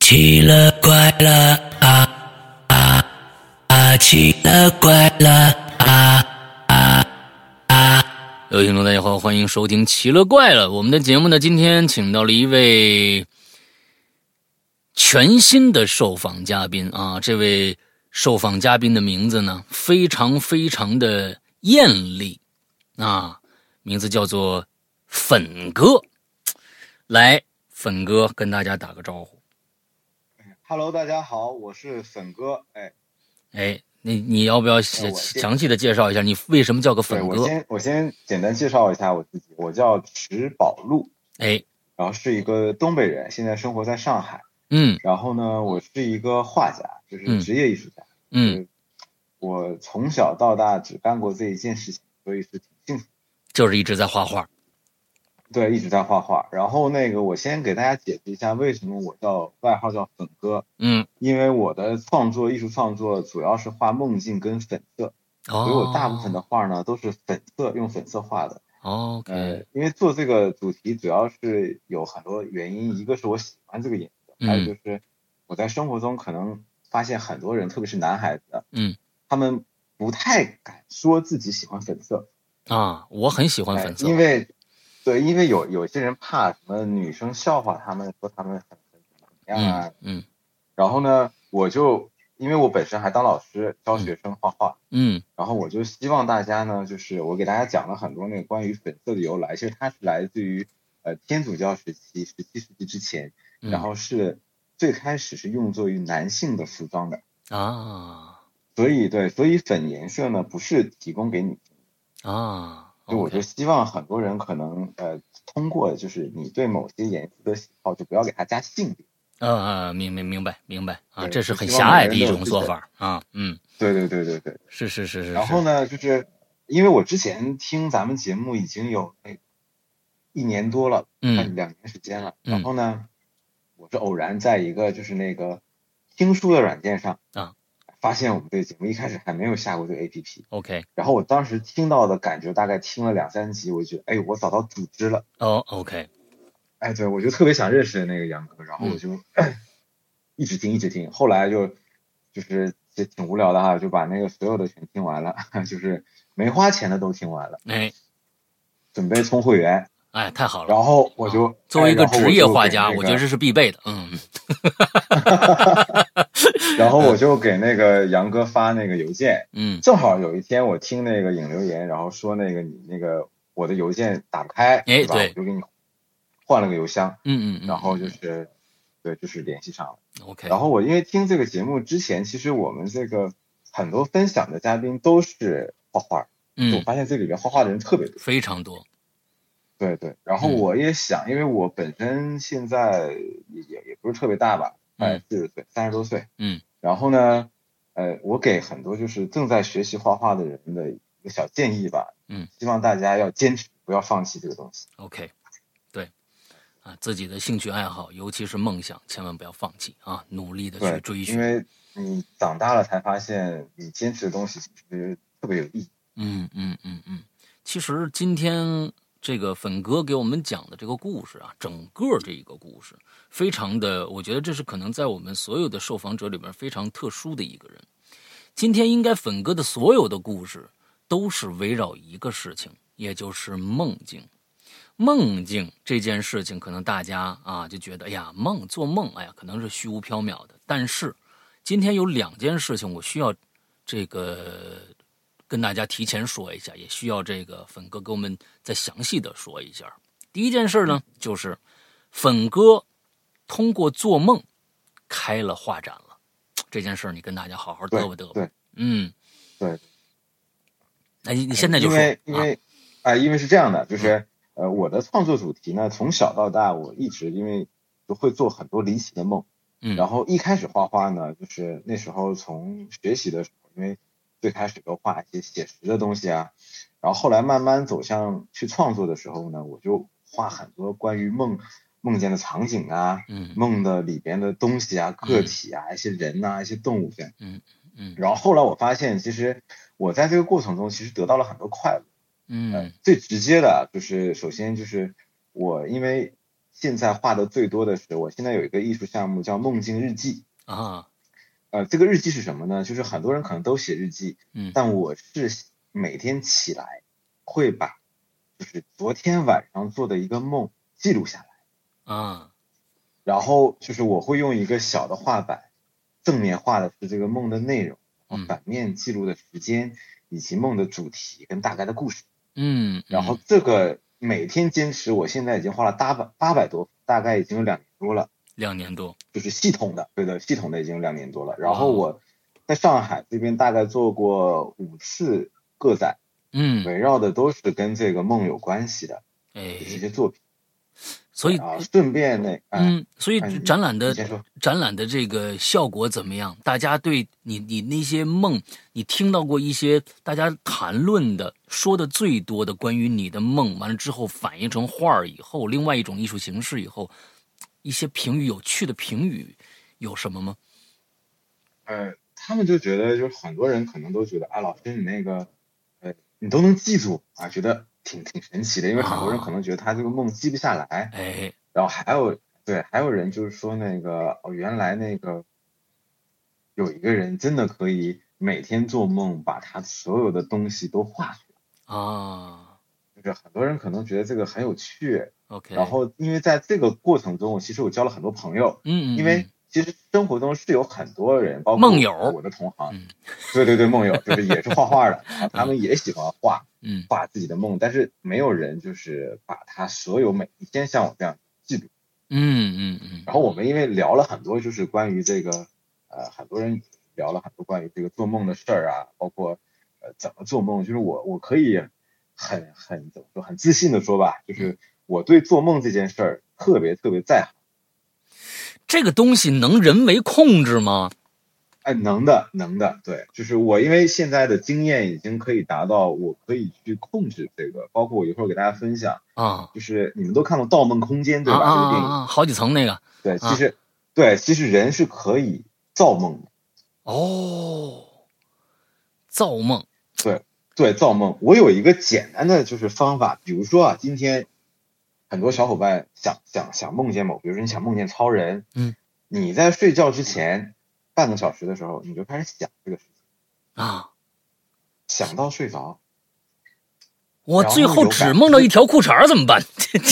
奇了怪了啊啊啊！奇了怪了啊啊啊！各位听众大家好，欢迎收听《奇了怪了》。我们的节目呢，今天请到了一位全新的受访嘉宾啊，这位受访嘉宾的名字呢，非常非常的艳丽啊，名字叫做粉哥。来，粉哥跟大家打个招呼。 Hello， 大家好，我是粉哥。 你要不要详细的介绍一下你为什么叫个粉哥？ 我先简单介绍一下我自己，我叫池宝路，然后是一个东北人，现在生活在上海。然后呢，我是一个画家，就是职业艺术家。我从小到大只干过这一件事情，所以是挺幸福， 就是一直在画画。 对，一直在画画。然后我先给大家解释一下为什么我外号叫粉哥。因为我的艺术创作主要是画梦境跟粉色，所以我大部分的画呢都是用粉色画的。因为做这个主题主要是有很多原因，一个是我喜欢这个颜色，还有就是我在生活中可能发现很多人，特别是男孩子，他们不太敢说自己喜欢粉色啊。我很喜欢粉色， 因为有些人怕什么女生笑话他们，说他们很怎么样啊。然后呢，因为我本身还当老师教学生画画，然后我就希望大家呢，就是我给大家讲了很多关于粉色的由来，其实它是来自于天主教时期17世纪之前，然后是最开始是用作于男性的服装的啊，所以粉颜色呢不是提供给女性啊。就我就希望很多人可能通过就是你对某些颜色的喜好，就不要给它加性别。 明白啊，这是很狭隘的一种做法啊。 对， 是。 然后呢，就是因为我之前听咱们节目已经有1年多了，快2年时间了。然后呢，我是偶然在一个就是听书的软件上发现我们这个节目，一开始还没有下过这个 APP。然后我当时听到的感觉，大概听了2-3集，我就觉得我找到组织了。对，我就特别想认识那个杨哥，然后我就一直听，后来就是也挺无聊的哈，就把所有的全听完了，就是没花钱的都听完了。准备充会员。 太好了。 然后我就作为一个职业画家，我觉得这是必备的。 然后我就给杨哥发邮件。正好有一天我听引流言，然后说你我的邮件打不开，对吧？我就给你换了个邮箱。然后就是联系上了。然后我因为听这个节目之前，其实我们很多分享的嘉宾都是画画。我发现这里边画画的人特别多， 非常多。 对。然后我也想，因为我本身现在也不是特别大吧，40岁，30多岁。然后呢，我给很多就是正在学习画画的人的一个小建议吧。希望大家要坚持，不要放弃这个东西。 对。自己的兴趣爱好，尤其是梦想，千万不要放弃啊！努力的去追寻。 因为你长大了才发现，你坚持的东西其实特别有意义。 其实今天这个粉哥给我们讲的这个故事啊，整个这一个故事，非常的，我觉得这是可能在我们所有的受访者里边非常特殊的一个人。今天应该粉哥的所有的故事都是围绕一个事情，也就是梦境。梦境这件事情，可能大家就觉得，做梦，可能是虚无缥缈的。但是今天有2件事情，我需要跟大家提前说一下，也需要粉哥给我们再详细的说一下。第一件事呢，就是粉哥通过做梦开了画展了。这件事你跟大家好好嘚啵嘚啵。 对。 那你现在就说， 因为是这样的，就是我的创作主题呢，从小到大我一直因为就会做很多离奇的梦。然后一开始画画呢，就是那时候从学习的时候，因为最开始都画一些写实的东西啊，然后后来慢慢走向去创作的时候呢，我就画很多关于梦见的场景啊，梦的里边的东西啊，个体啊，一些人啊，一些动物这样。然后后来我发现，其实我在这个过程中其实得到了很多快乐。最直接的就是首先就是我因为现在画的最多的是，我现在有一个艺术项目叫梦境日记啊。 这个日记是什么呢？就是很多人可能都写日记，但我是每天起来会把就是昨天晚上做的一个梦记录下来啊， 然后就是我会用一个小的画板，正面画的是这个梦的内容，反面记录的时间以及梦的主题跟大概的故事。然后这个每天坚持，我现在已经画了800多，大概已经有2年多了。 2年多， 就是系统的，对的，系统的已经有2年多了。然后我在上海这边大概做过5次个展，围绕的都是跟这个梦有关系的这些作品。 所以顺便所以展览的这个效果怎么样？大家对你那些梦，你听到过一些大家谈论的、说的最多的关于你的梦，完了之后反映成画以后，另外一种艺术形式以后，一些评语有趣的评语有什么吗？ 他们就觉得，就是很多人可能都觉得啊，老师你那个你都能记住啊，觉得挺神奇的，因为很多人可能觉得他这个梦记不下来。然后还有人就是说那个原来那个有一个人真的可以每天做梦把他所有的东西都画出来啊，就是很多人可能觉得这个很有趣。然后因为在这个过程中，其实我交了很多朋友。因为其实生活中是有很多人，包括我的同行，对，梦友就是也是画画的，他们也喜欢画自己的梦，但是没有人就是把他所有每一天像我这样记录。然后我们因为聊了很多，就是关于这个很多人聊了很多关于这个做梦的事儿啊，包括怎么做梦，就是我可以很怎么说，很自信的说吧，就是我对做梦这件事儿特别在行。 这个东西能人为控制吗？ 能的，对，就是我因为现在的经验已经可以达到，我可以去控制这个，包括我一会儿给大家分享就是你们都看过《盗梦空间》对吧？这个电影好几层那个。 对，其实人是可以造梦的。 造梦。 对，造梦。我有一个简单的就是方法，比如说今天很多小伙伴想梦见比如说你想梦见超人，你在睡觉之前半个小时的时候，你就开始想这个事情想到睡着。 我最后只梦到一条裤衩怎么办？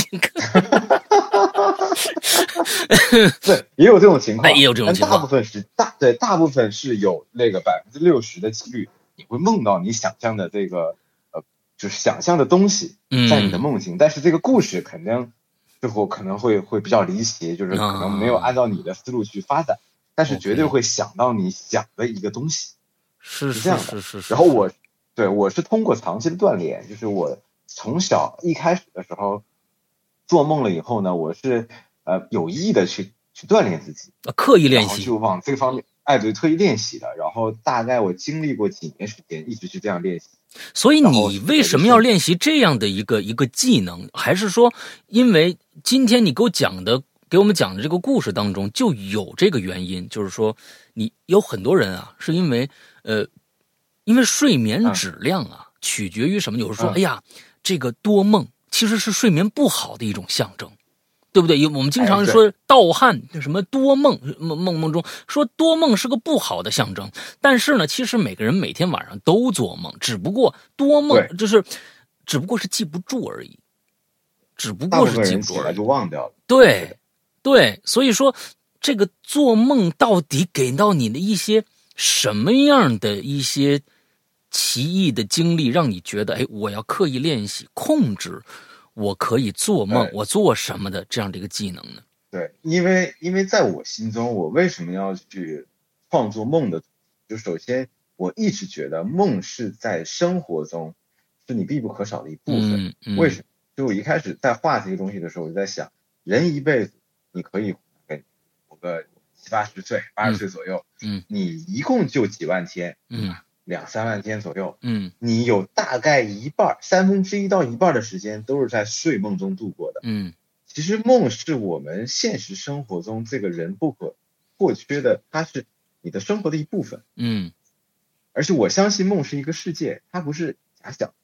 对，也有这种情况， 也有这种情况。 大部分是有那个60%的几率，你会梦到你想象的这个就是想象的东西在你的梦境，但是这个故事肯定最后可能会比较离奇，就是可能没有按照你的思路去发展，但是绝对会想到你想的一个东西。 是这样的。然后我是通过长期的锻炼，就是我从小一开始的时候做梦了以后呢，我是有意的去锻炼自己， 刻意练习， 然后就往这个方面对，特意练习的。然后大概我经历过几年时间，一直是这样练习。 所以你为什么要练习这样的一个技能？还是说因为今天你给我们讲的这个故事当中就有这个原因？就是说你有很多人是因为睡眠质量取决于什么？有人说哎呀，这个多梦其实是睡眠不好的一种象征，对不对？我们经常说盗汗什么多梦，梦中说多梦是个不好的象征，但是呢，其实每个人每天晚上都做梦，只不过多梦只不过是记不住而已， 大部分人起来就忘掉了。 对，所以说这个做梦到底给到你的一些什么样的一些奇异的经历，让你觉得我要刻意练习控制我可以做梦，我做什么的这样的一个技能呢？ 对，因为在我心中，我为什么要去创作梦的？就首先，我一直觉得梦是在生活中是你必不可少的一部分。为什么？就我一开始在画这些东西的时候，我就在想，人一辈子你可以活个70-80岁，80岁左右，你一共就几万天，2-3万天左右，你有大概一半，1/3到一半的时间都是在睡梦中度过的。其实梦是我们现实生活中这个人不可或缺的，它是你的生活的一部分。而且我相信梦是一个世界，它不是假想，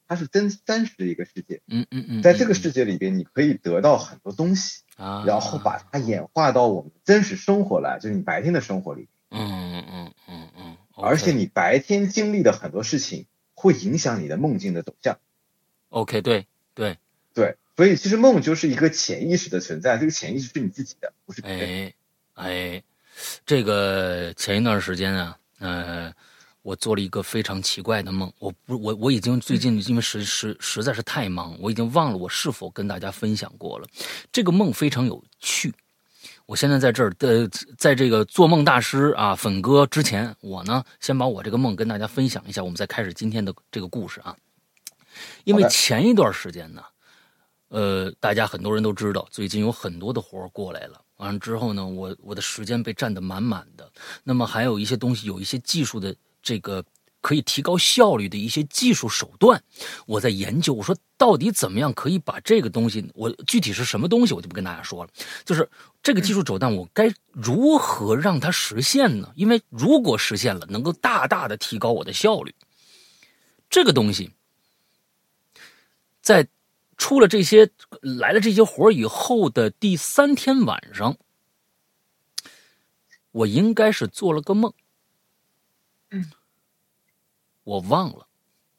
它是真实的一个世界。在这个世界里边，你可以得到很多东西，然后把它演化到我们真实生活来，就是你白天的生活里。而且你白天经历的很多事情会影响你的梦境的走向。 OK， 对， 所以其实梦就是一个潜意识的存在，这个潜意识是你自己的，不是别人。 这个前一段时间啊，我做了一个非常奇怪的梦，我已经最近因为实在是太忙，我已经忘了我是否跟大家分享过了。这个梦非常有趣，我现在在这儿在这个做梦大师啊粉哥之前，我呢先把我这个梦跟大家分享一下，我们再开始今天的这个故事啊。因为前一段时间呢，大家很多人都知道，最近有很多的活过来了。完了之后呢，我的时间被占得满满的。那么还有一些东西，有一些技术的这个可以提高效率的一些技术手段，我在研究。我说到底怎么样可以把这个东西，我具体是什么东西，我就不跟大家说了。就是这个技术手段，我该如何让它实现呢？因为如果实现了，能够大大的提高我的效率。这个东西，在出了这些来了这些活以后的第3天晚上，我应该是做了个梦，我忘了，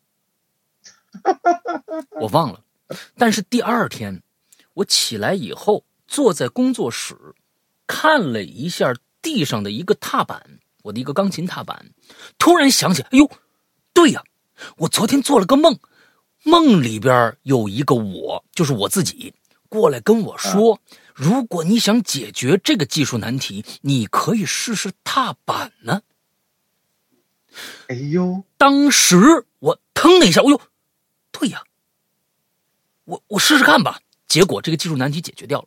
但是第2天我起来以后，坐在工作室看了一下地上的一个踏板，我的一个钢琴踏板，突然想起，哎呦，对呀，我昨天做了个梦，梦里边有一个我，就是我自己，过来跟我说，如果你想解决这个技术难题，你可以试试踏板呢。 哎呦， 当时我腾的一下，哎呦，对呀，我试试看吧。结果这个技术难题解决掉了，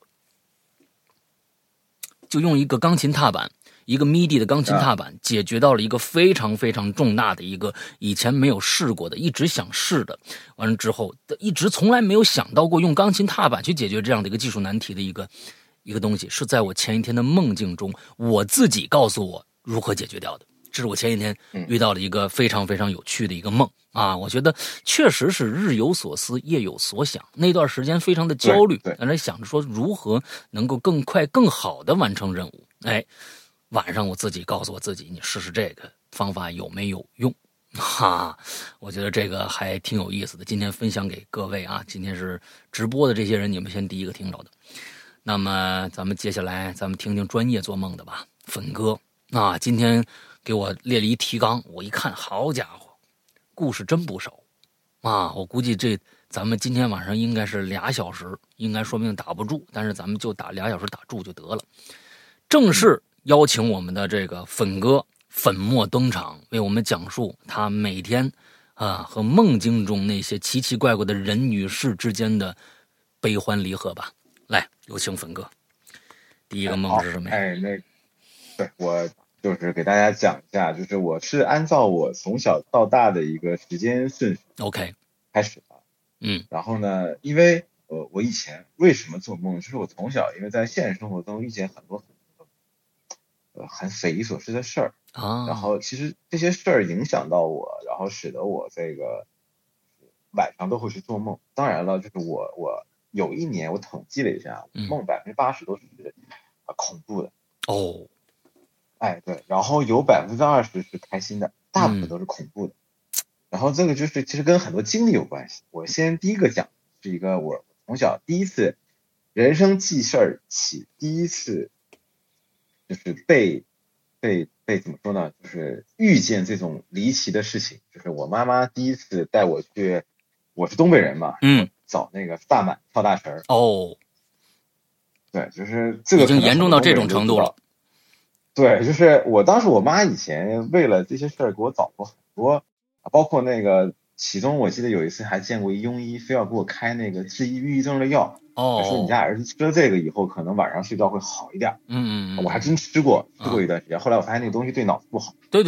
就用一个钢琴踏板，一个 MIDI 的钢琴踏板，解决到了一个非常非常重大的一个以前没有试过的，一直想试的，完了之后一直从来没有想到过用钢琴踏板去解决这样的一个技术难题的一个东西，是在我前一天的梦境中，我自己告诉我如何解决掉的。这是我前一天遇到了一个非常非常有趣的一个梦啊！我觉得确实是日有所思，夜有所想。那段时间非常的焦虑，在那想着说如何能够更快、更好的完成任务。哎，晚上我自己告诉我自己，你试试这个方法有没有用？哈，我觉得这个还挺有意思的。今天分享给各位啊，今天是直播的这些人，你们先第一个听到的。那么咱们接下来咱们听听专业做梦的吧，粉哥啊，今天给我列了一提纲，我一看，好家伙，故事真不少啊！我估计咱们今天晚上应该是2小时，应该说不定打不住，但是咱们就打2小时打住就得了。正式邀请我们的这个粉哥粉墨登场，为我们讲述他每天和梦境中那些奇奇怪怪的人与事之间的悲欢离合吧。来，有请粉哥。第一个梦是什么呀？ 对，我就是给大家讲一下，就是我是按照我从小到大的一个时间顺序 ，OK， 开始的。然后呢，因为我以前为什么做梦，就是我从小因为在现实生活中遇见很多很匪夷所思的事儿啊， 然后其实这些事儿影响到我，然后使得我这个晚上都会去做梦。当然了，就是我有一年我统计了一下，梦80%都是恐怖的哦。 哎，对，然后有20%是开心的，大部分都是恐怖的。然后这个就是其实跟很多经历有关系。我先第一个讲是一个我从小第一次人生记事儿起第一次就是被怎么说呢？就是遇见这种离奇的事情，就是我妈妈第一次带我去，我是东北人嘛，找那个萨满跳大神。 哦， 对，就是这个已经严重到这种程度了。 对，就是当时我妈以前为了这些事儿给我找过很多，包括那个其中我记得有一次还见过一庸医，非要给我开那个治抑郁症的药。说你家儿子吃了这个以后，可能晚上睡觉会好一点。我还真吃过一段时间，后来我发现那个东西对脑子不好。 对。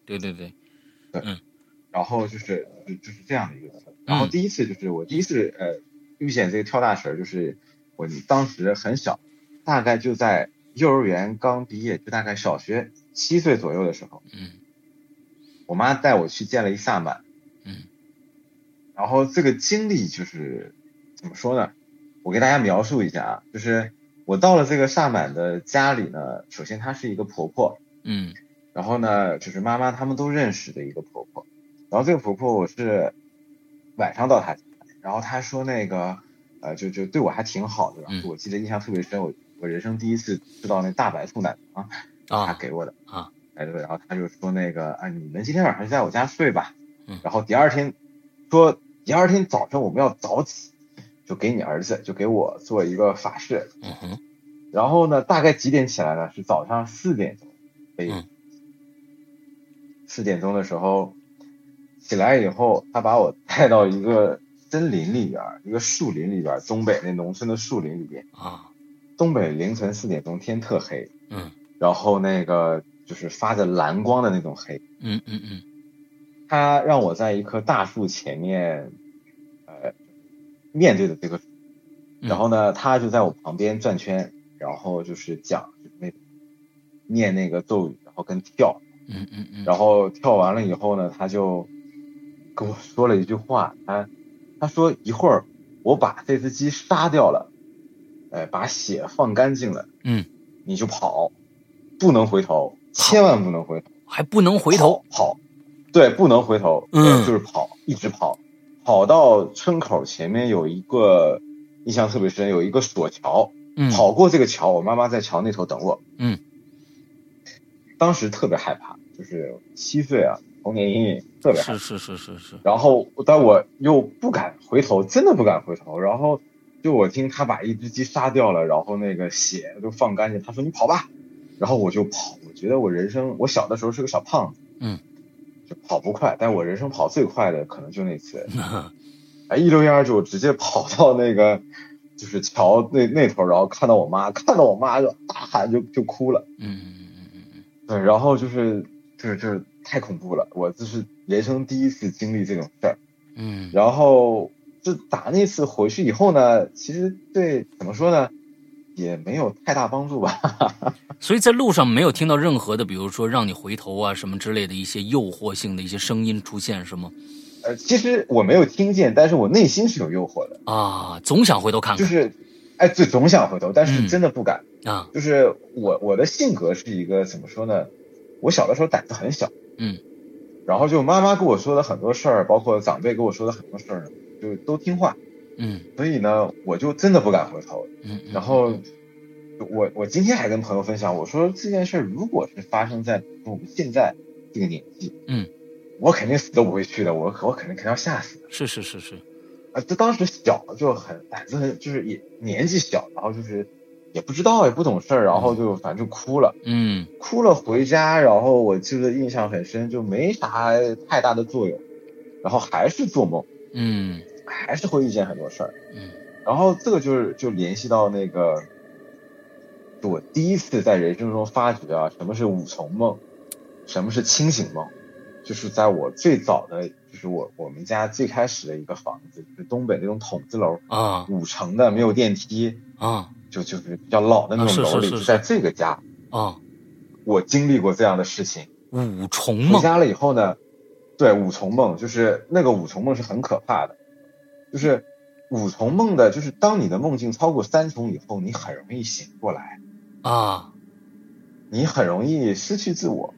然后就是这样的一个事。然后第一次就是我第一次遇见这个跳大神，就是我当时很小，大概就在幼儿园刚毕业，就大概小学7岁左右的时候。我妈带我去见了一萨满。 然后这个经历就是怎么说呢？我给大家描述一下啊，就是我到了这个萨满的家里呢，首先她是一个婆婆，然后呢就是妈妈他们都认识的一个婆婆，然后这个婆婆我是晚上到她家，然后她说那个就对我还挺好的，然后我记得印象特别深，我人生第一次吃到那大白兔奶糖，她给我的啊，对，然后她就说那个你们今天晚上就在我家睡吧，然后第二天早上我们要早起，就给你儿子就给我做一个法事，然后呢大概几点起来呢？是早上4点钟，4点钟的时候起来以后，他把我带到一个森林里边，一个树林里边，东北那农村的树林里边啊。东北凌晨4点钟天特黑，然后那个就是发着蓝光的那种黑，他让我在一棵大树前面，面对着这个树，然后呢，他就在我旁边转圈，然后就是讲那念那个咒语，然后跟跳，然后跳完了以后呢，他就跟我说了一句话，他说一会儿我把这只鸡杀掉了，把血放干净了，你就跑，不能回头，千万不能回头， 还不能回头， 跑，对，不能回头，就是跑，一直跑，跑到村口前面有一个印象特别深，有一个索桥，跑过这个桥，我妈妈在桥那头等我，当时特别害怕，就是7岁啊，童年阴影特别害怕， 是， 然后但我又不敢回头，真的不敢回头，然后就我听他把一只鸡杀掉了，然后那个血都放干净，他说你跑吧，然后我就跑，我觉得我小的时候是个小胖子，就跑不快，但我人生跑最快的可能就那次，一溜烟就直接跑到那个就是桥那头，然后看到我妈就大喊就哭了，对，然后就是太恐怖了，我这是人生第一次经历这种事儿，然后就打那次回去以后呢，其实对怎么说呢，也没有太大帮助吧。 所以在路上没有听到任何的，比如说让你回头啊什么之类的一些诱惑性的一些声音出现，是吗？ 其实我没有听见，但是我内心是有诱惑的啊，总想回头看看， 就是对，总想回头，但是真的不敢啊。就是我的性格是一个怎么说呢？我小的时候胆子很小，然后就妈妈跟我说的很多事儿，包括长辈跟我说的很多事儿，就都听话，所以呢，我就真的不敢回头，然后我今天还跟朋友分享，我说这件事如果是发生在我们现在这个年纪，我肯定死都不会去的，我肯定要吓死的。 是这当时小就很胆子很，就是也年纪小，然后就是也不知道也不懂事儿，然后就反正就哭了，哭了回家，然后我记得印象很深，就没啥太大的作用，然后还是做梦，还是会遇见很多事儿，然后这个就联系到那个，就我第一次在人生中发觉啊，什么是五重梦，什么是清醒梦。就是在我最早的，就是我们家最开始的一个房子，就是东北那种筒子楼啊，5层的没有电梯啊，就是比较老的那种楼里，就在这个家啊，我经历过这样的事情。 5重梦回家了以后呢，对，5重梦就是那个5重梦是很可怕的，就是5重梦的，就是当你的梦境超过3重以后，你很容易醒过来啊，你很容易失去自我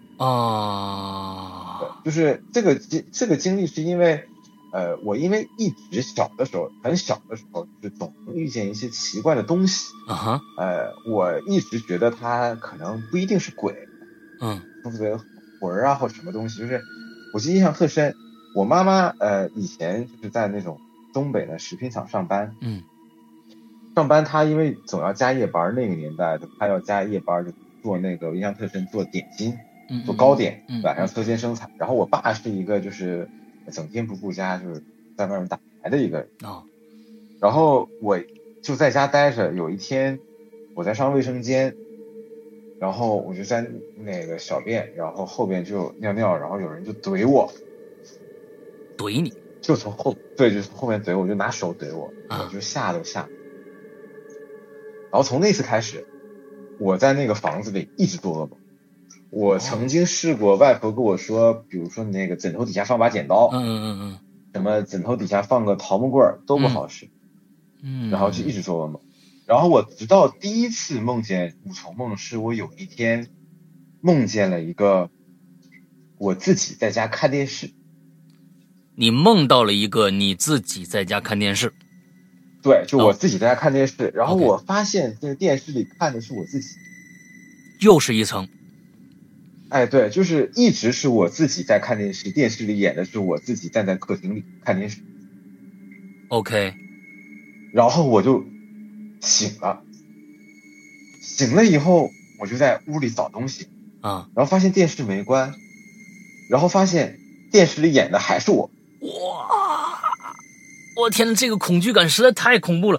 啊。就是这个经历是因为，我因为一直很小的时候，就是总能遇见一些奇怪的东西啊我一直觉得它可能不一定是鬼，或者魂啊或什么东西，就是我记得印象特深，我妈妈以前就是在那种东北的食品厂上班，上班她因为总要加夜班，那个年代她要加夜班就做那个印象特深做点心。做糕点，晚上车间生产。然后我爸是一个就是整天不顾家，就是在外面打牌的一个人然后我就在家待着，有一天我在上卫生间，然后我就在那个小便，然后后边就尿尿，然后有人就怼我， 怼你， 就从后面怼我，就拿手怼我，我就吓。然后从那次开始，我在那个房子里一直做噩梦。我曾经试过，外婆跟我说，比如说你那个枕头底下放把剪刀， 什么枕头底下放个桃木棍都不好使，然后就一直做噩梦。然后我直到第一次梦见五重梦，是我有一天梦见了一个我自己在家看电视。 你梦到了一个你自己在家看电视？ 对，就我自己在家看电视，然后我发现这个电视里看的是我自己， 又是一层。 哎，对，就是一直是我自己在看电视，电视里演的是我自己站在客厅里看电视。 OK， 然后我就醒了以后，我就在屋里找东西啊， 然后发现电视没关，然后发现电视里演的还是我。 哇！我天哪，这个恐惧感实在太恐怖了。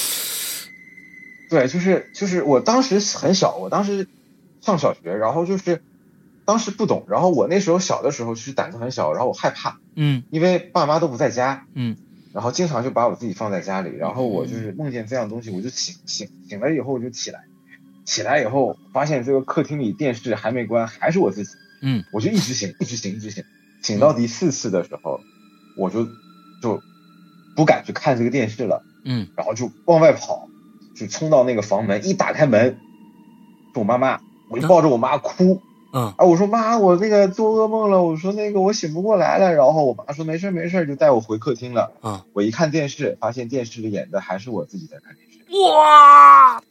对，就是我当时很小，我当时上小学，然后就是当时不懂，然后我那时候小的时候其实胆子很小，然后我害怕，因为爸妈都不在家，然后经常就把我自己放在家里，然后我就是梦见这样东西，我就醒了以后我就起来以后发现这个客厅里电视还没关，还是我自己，我就一直醒，醒到第4次的时候，我就不敢去看这个电视了，然后就往外跑，就冲到那个房门，一打开门，是我妈妈，我就抱着我妈哭，我说妈，我那个做噩梦了，我说那个我醒不过来了，然后我妈说没事，就带我回客厅了，我一看电视，发现电视里演的还是我自己在看电视。 哇！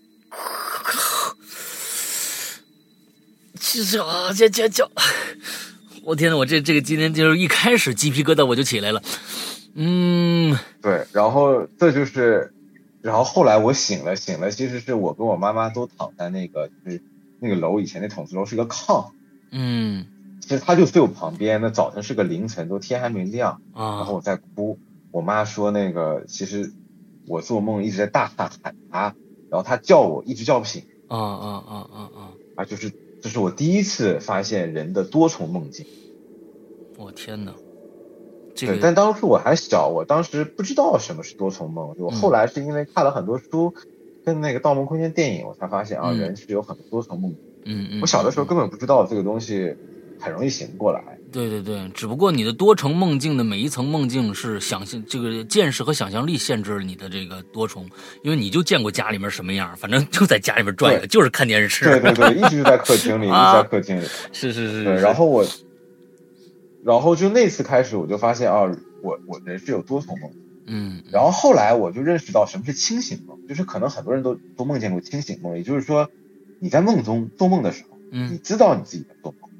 其实啊，我天哪，我这个今天就是一开始鸡皮疙瘩我就起来了。 对，然后这就是，然后后来我醒了，其实是我跟我妈妈都躺在那个就是那个楼，以前那筒子楼是个炕，其实她就睡我旁边，那早晨是个凌晨，都天还没亮，然后我在哭，我妈说那个其实我做梦一直在大喊她，然后她叫我一直叫不醒，就是这是我第一次发现人的多重梦境。 我天哪！ 对，但当时我还小，我当时不知道什么是多重梦。我后来是因为看了很多书，跟那个《盗梦空间》电影，我才发现人是有很多多重梦。我小的时候根本不知道这个东西很容易醒不过来。 对，只不过你的多重梦境的每一层梦境是想象这个见识和想象力限制了你的这个多重，因为你就见过家里面什么样，反正就在家里面转悠，就是看电视。 对，一直在客厅里，一直在客厅里。 是。 对，然后就那次开始，我就发现我人是有多重梦。然后后来我就认识到什么是清醒梦，就是可能很多人都梦见过清醒梦，也就是说你在梦中做梦的时候，你知道你自己在做梦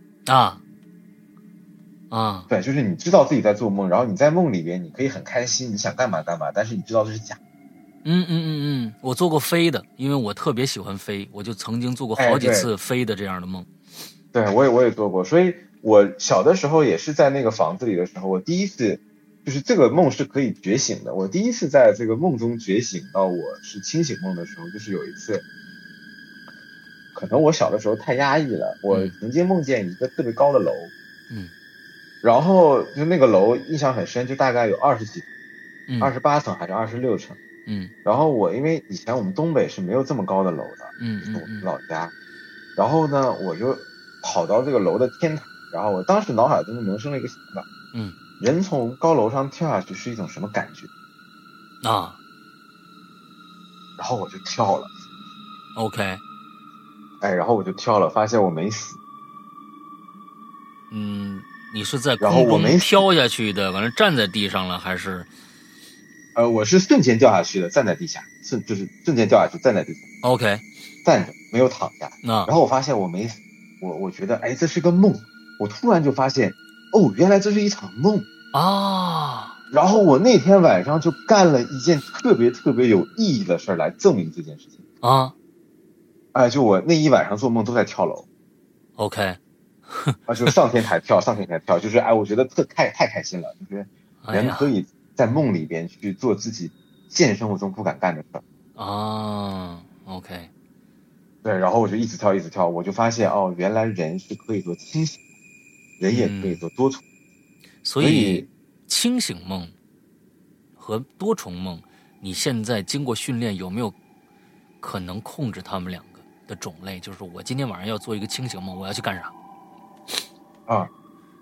对，就是你知道自己在做梦，然后你在梦里边你可以很开心，你想干嘛干嘛，但是你知道这是假的。 我做过飞的，因为我特别喜欢飞，我就曾经做过好几次飞的这样的梦。 对，我也做过，所以我小的时候也是在那个房子里的时候，我第一次就是这个梦是可以觉醒的。我第一次在这个梦中觉醒到我是清醒梦的时候，就是有一次，可能我小的时候太压抑了，我曾经梦见一个特别高的楼，然后就那个楼印象很深，就大概有20几层，28层还是26层，然后因为以前我们东北是没有这么高的楼的，就是我们老家，然后呢我就跑到这个楼的天台，然后我当时脑海中萌生了一个想法，人从高楼上跳下去是一种什么感觉然后我就跳了 OK， 然后我就跳了，发现我没死。 你是在空中飘下去的，完了站在地上了还是？ 我是瞬间掉下去的，站在地下，就是瞬间掉下去，站在地上。 OK， 站着没有躺下。然后我发现我没死，我觉得这是个梦，我突然就发现原来这是一场梦然后我那天晚上就干了一件特别特别有意义的事来证明这件事情就我那一晚上做梦都在跳楼。 OK。 就上天台跳，就是我觉得太开心了，就是人可以在梦里边去做自己现实生活中不敢干的事 OK， 对，然后我就一直跳，我就发现原来人是可以做清醒梦，人也可以做多重， 所以清醒梦和多重梦，你现在经过训练有没有可能控制他们两个的种类？就是我今天晚上要做一个清醒梦，我要去干啥？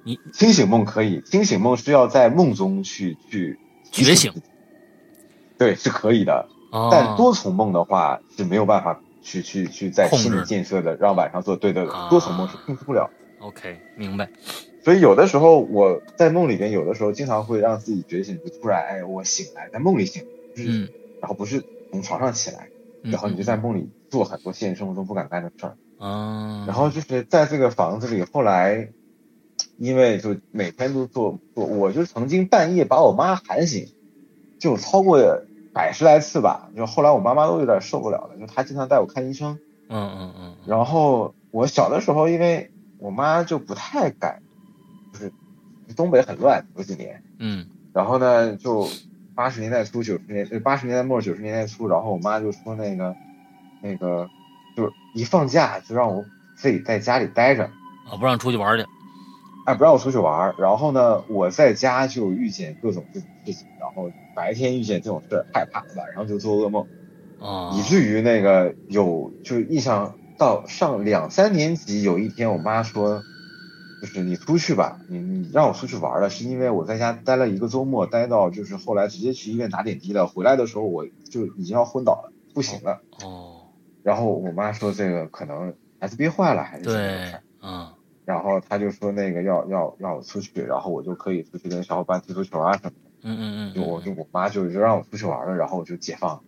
清醒梦可以，清醒梦是要在梦中去觉醒， 对，是可以的。但多重梦的话是没有办法去在心理建设的，让晚上做。对，多重梦是控制不了。 OK， 明白。 所以有的时候我在梦里边，有的时候经常会让自己觉醒，就突然我醒来，在梦里醒，然后不是从床上起来，然后你就在梦里做很多现实生活中不敢干的事儿。然后就是在这个房子里，后来因为就每天都做，我就曾经半夜把我妈喊醒，就超过100来次吧。就后来我妈妈都有点受不了了，就她经常带我看医生。然后我小的时候，因为我妈就不太敢，就是东北很乱，有几年。然后呢，就80年代初80年代末90年代初，然后我妈就说那个就是一放假就让我自己在家里待着， 不让出去玩去。 不让我出去玩。然后呢，我在家就遇见各种这种事情，然后白天遇见这种事害怕，晚上就做噩梦。以至于那个就印象到上2、3年级，有一天我妈说，就是你出去吧，你让我出去玩了，是因为我在家待了一个周末，待到就是后来直接去医院打点滴了，回来的时候我就已经要昏倒了，不行了。然后我妈说这个可能孩子憋坏了还是什么事儿。然后她就说那个要我出去，然后我就可以出去跟小伙伴踢足球啊什么的。我妈就让我出去玩了，然后我就解放。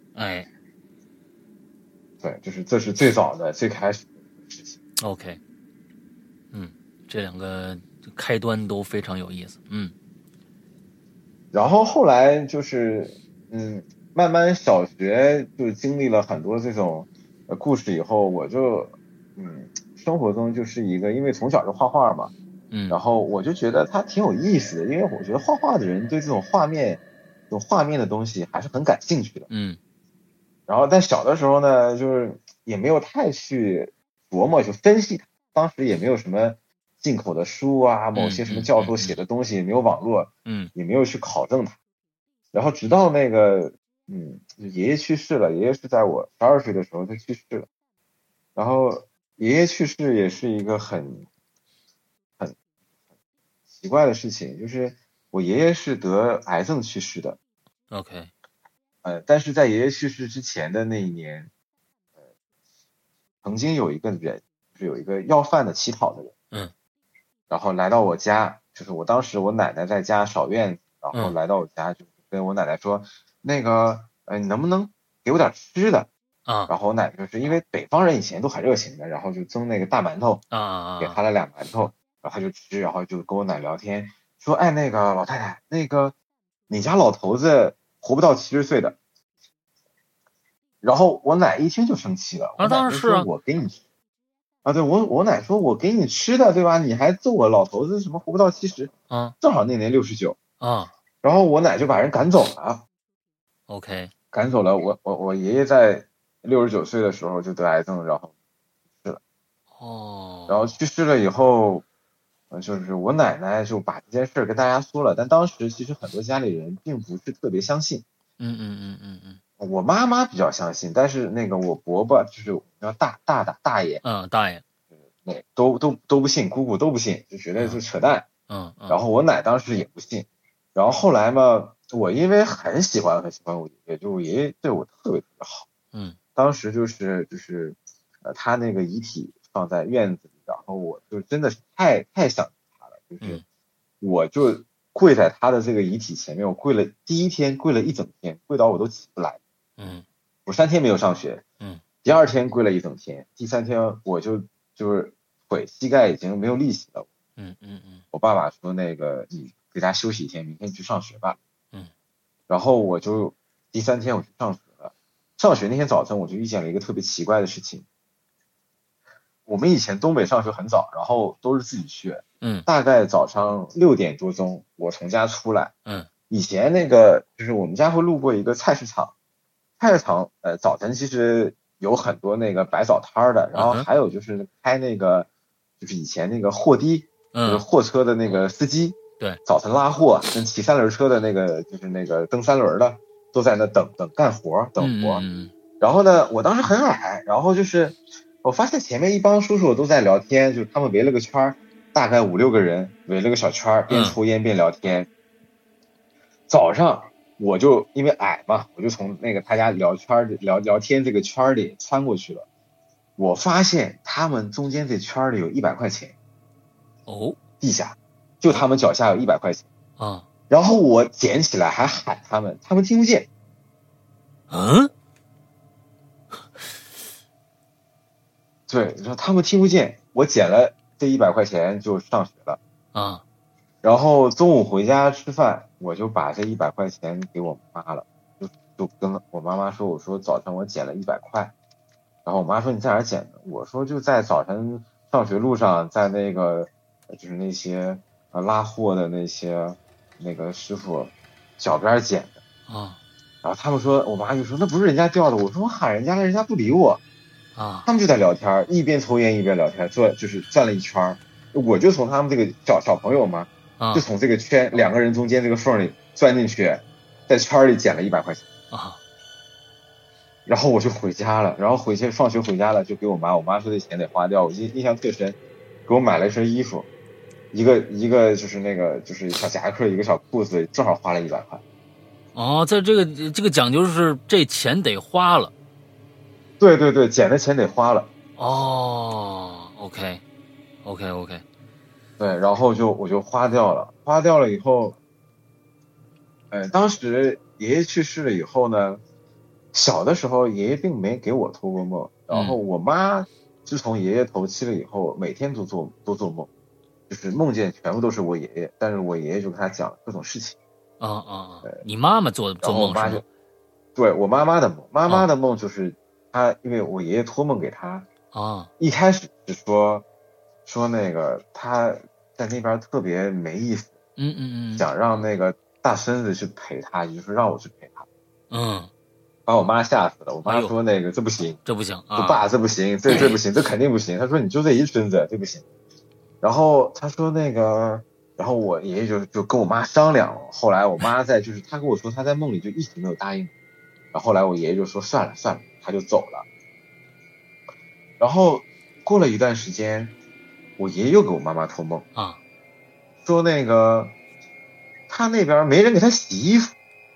对，就是这是最早的最开始的事情。 OK， 这两个开端都非常有意思。 然后后来就是慢慢小学就经历了很多这种故事以后，我就生活中就是一个，因为从小就画画嘛，然后我就觉得它挺有意思的，因为我觉得画画的人对这种画面的东西还是很感兴趣的。然后但小的时候呢，就是也没有太去琢磨去分析它，当时也没有什么进口的书啊，某些什么教授写的东西，也没有网络，也没有去考证它。然后直到那个爷爷去世了，爷爷是在我12岁的时候就去世了。然后爷爷去世也是一个很奇怪的事情，就是我爷爷是得癌症去世的。 OK。 但是在爷爷去世之前的那一年，曾经有一个人，就是有一个要饭的乞讨的人，然后来到我家，就是我当时我奶奶在家扫院子，然后来到我家，就跟我奶奶说，那个你能不能给我点吃的啊？然后我奶奶就是因为北方人以前都很热情的，然后就蒸那个大馒头给他了2馒头，然后他就吃，然后就跟我奶聊天，说那个老太太，那个你家老头子活不到70岁的。然后我奶一听就生气了， 当然是啊， 我给你吃啊，对，我奶说我给你吃的，对吧？你还揍我老头子什么活不到70，正好那年69然后我奶就把人赶走了。 OK， 赶走了。我爷爷在69岁的时候就得癌症，然后去世了。然后去世了以后，就是我奶奶就把这件事跟大家说了，但当时其实很多家里人并不是特别相信。我妈妈比较相信，但是那个我伯伯就是叫大爷， 大爷， 都不信，姑姑都不信，就觉得是扯淡。然后我奶当时也不信，然后后来嘛，我因为很喜欢我爷爷，就我爷爷对我特别好。当时就是他那个遗体放在院子里，然后我就真的是太想他了，就是我就跪在他的这个遗体前面，我跪了第一天跪了一整天，跪到我都起不来。我3天没有上学。第2天跪了一整天，第3天我就是腿膝盖已经没有力气了。我爸爸说那个你给他休息1天，明天去上学吧。然后我就第3天我去上学了。上学那天早晨我就遇见了一个特别奇怪的事情。我们以前东北上学很早，然后都是自己去。大概早上6点多钟我从家出来。以前那个就是我们家会路过一个菜市场，早晨其实有很多那个摆早摊的，然后还有就是开那个就是以前那个货的，就是货车的那个司机， 对， 早晨拉货跟骑3轮车的那个就是那个蹬3轮的都在那等干活等活。然后呢我当时很矮，然后就是我发现前面一帮叔叔都在聊天，就是他们围了个圈， 大概5、6个人围了个小圈，边抽烟边聊天。早上我就因为矮嘛，我就从那个他家聊天这个圈里穿过去了。我发现他们中间这圈里有100块钱。地下就他们脚下有100块钱啊。 然后我捡起来还喊他们听不见。对，你说他们听不见，我捡了这100块钱就上学了啊。 然后中午回家吃饭，我就把这100块钱给我妈了，就跟我妈妈说，我说早上我捡了100块，然后我妈说你在哪儿捡的？我说就在早晨上学路上，在那个就是那些拉货的那个师傅脚边捡的啊。 然后他们说，我妈就说那不是人家掉的，我说我喊人家了，人家不理我啊。 他们就在聊天，一边抽烟一边聊天，就是转了一圈，我就从他们这个小朋友嘛，就从这个圈2个人中间这个缝里钻进去，在圈里捡了100块钱啊。 然后我就回家了，然后放学回家了，就给我妈，我妈说这钱得花掉，我印象特深，给我买了一身衣服，一个就是那个就是小夹克，一个小裤子，正好花了100块。 在这个讲究是这钱得花了。 对对对，捡的钱得花了。 OK。 对，然后我就花掉了以后，当时爷爷去世了以后呢，小的时候爷爷并没给我托过梦，然后我妈自从爷爷头七了以后，每天都做梦，就是梦见全部都是我爷爷，但是我爷爷就跟他讲各种事情。 你妈妈做梦是吗？ 对，我妈妈的梦，妈妈的梦就是她，因为我爷爷托梦给她一开始是说那个他在那边特别没意思，想让那个大孙子去陪他，也就是让我去陪他，把我妈吓死了。我妈说那个这不行， 这不行啊， 说爸这不行，这不行，这肯定不行。他说你就这一孙子，这不行。然后他说那个，然后我爷爷就跟我妈商量了。后来我妈就是他跟我说他在梦里就一直没有答应。然后后来我爷爷就说算了，他就走了。然后过了一段时间，我爷爷又给我妈妈托梦说那个他那边没人给他洗衣服，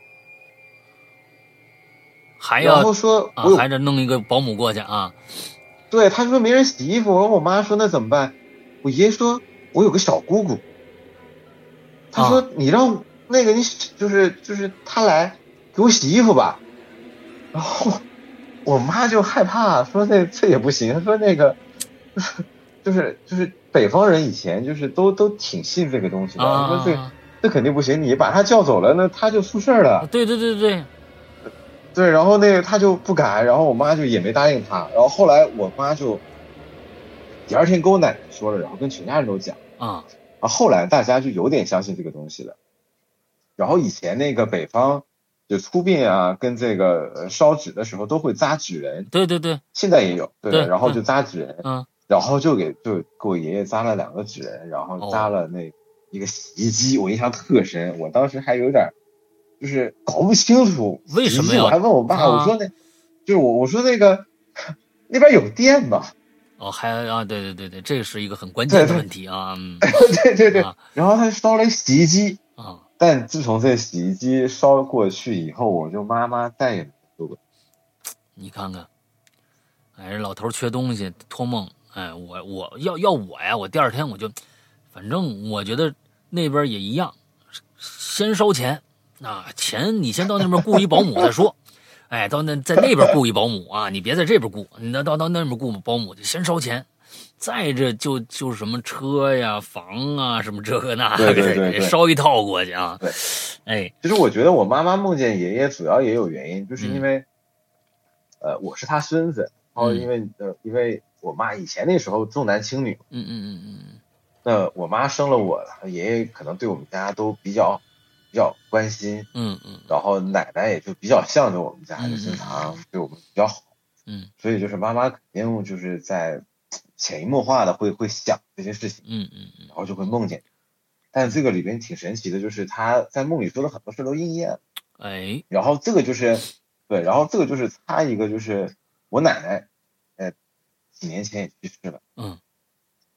然后说还得弄一个保姆过去啊。 对，他说没人洗衣服，然后我妈说那怎么办？我爷爷说我有个小姑姑，他说你让那个你就是他来给我洗衣服吧。然后我妈就害怕，说这也不行，她说那个就是北方人以前就是都挺信这个东西的，说这肯定不行，你把他叫走了，那他就出事了。 对， 然后那个他就不敢，然后我妈就也没答应他，然后后来我妈就第二天跟我奶奶说了，然后跟全家人都讲后来大家就有点相信这个东西了。然后以前那个北方就出殡啊，跟这个烧纸的时候都会扎纸人， 对， 现在也有，对，然后就扎纸人，然后就给我爷爷扎了2个纸人，然后扎了那一个洗衣机，我印象特深，我当时还有点就是搞不清楚为什么呀， 我还问我爸，我说就是我说那个那边有电吗？ 对，这是一个很关键的问题啊。 对，然后他烧了洗衣机但自从这洗衣机烧过去以后，我就妈妈再也没做过。 你看看，这老头缺东西托梦，我要我呀，我第二天我就，反正我觉得那边也一样，先烧钱钱你先到那边雇一保姆再说，到在那边雇一保姆你别在这边雇，你到那边雇保姆就先烧钱。再这就是什么车呀、房啊，什么这个那个， 对， 烧一套过去啊。 对，其实我觉得我妈妈梦见爷爷主要也有原因，就是因为，我是他孙子，然后因为我妈以前那时候重男轻女，那我妈生了我，爷爷可能对我们家都比较关心，然后奶奶也就比较向着我们家，就经常对我们比较好，所以就是妈妈肯定就是在潜移默化的会想这些事情，然后就会梦见。但这个里边挺神奇的，就是他在梦里说的很多事都应验了，然后这个就是他一个就是我奶奶，几年前也去世了，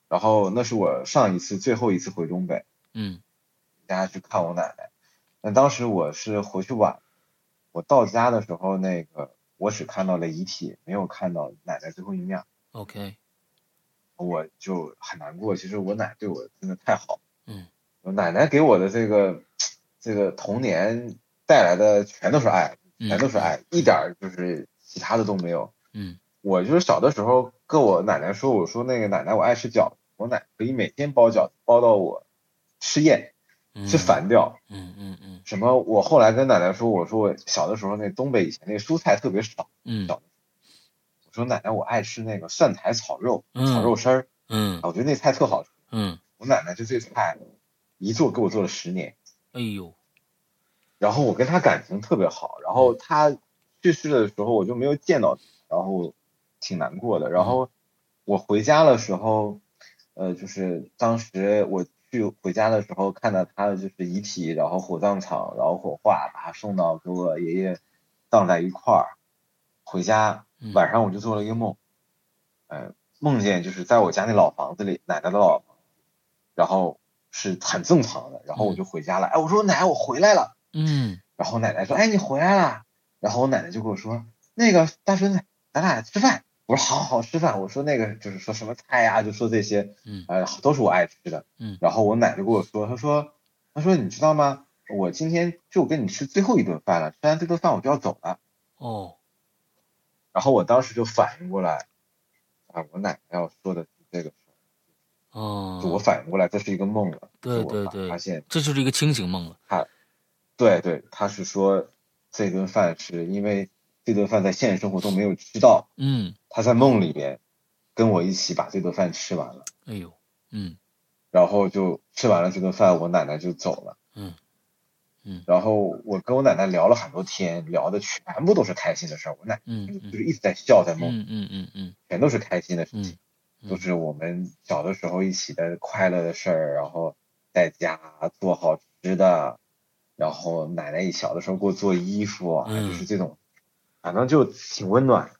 然后那是我上一次最后一次回东北，家去看我奶奶。但当时我是回去晚，我到家的时候，那个我只看到了遗体，没有看到奶奶最后一面。 OK， 我就很难过。其实我奶对我真的太好，我奶奶给我的这个童年带来的全都是爱，全都是爱，一点就是其他的都没有。我就是小的时候跟我奶奶说，我说那个奶奶我爱吃饺子，我奶可以每天包饺子，包到我吃厌。是烦掉，什么？我后来跟奶奶说，我说我小的时候那东北以前那个蔬菜特别少，小的时候，我说奶奶我爱吃那个蒜苔炒肉，炒肉丝儿，我觉得那菜特好吃，我奶奶就这菜一做给我做了10年， 哎呦， 然后我跟她感情特别好，然后她去世的时候我就没有见到她，然后挺难过的，然后我回家的时候，就是当时我回家的时候看到他的就是遗体，然后火葬场，然后火化，把他送到给我爷爷葬在一块儿。回家晚上我就做了一个梦，梦见就是在我家那老房子里，奶奶的老房子，然后是很正常的，然后我就回家了，我说奶奶我回来了，然后奶奶说你回来了，然后我奶奶就跟我说那个大孙子咱俩吃饭。我说好好吃饭，我说那个就是说什么菜呀，就说这些，都是我爱吃的，然后我奶奶跟我说，她说你知道吗？我今天就跟你吃最后一顿饭了，吃完这顿饭我就要走了。然后我当时就反应过来，我奶奶要说的是这个事儿，就我反应过来这是一个梦了， 对， 发现这就是一个清醒梦了。 对，他是说这顿饭是因为这顿饭在现实生活中没有吃到，他在梦里边跟我一起把这顿饭吃完了， 哎呦， 然后就吃完了这顿饭，我奶奶就走了，然后我跟我奶奶聊了很多天，聊的全部都是开心的事儿，我奶奶就是一直在笑在梦，全都是开心的事情，都是我们小的时候一起的快乐的事儿，然后在家做好吃的。然后奶奶小的时候给我做衣服就是这种，反正就挺温暖。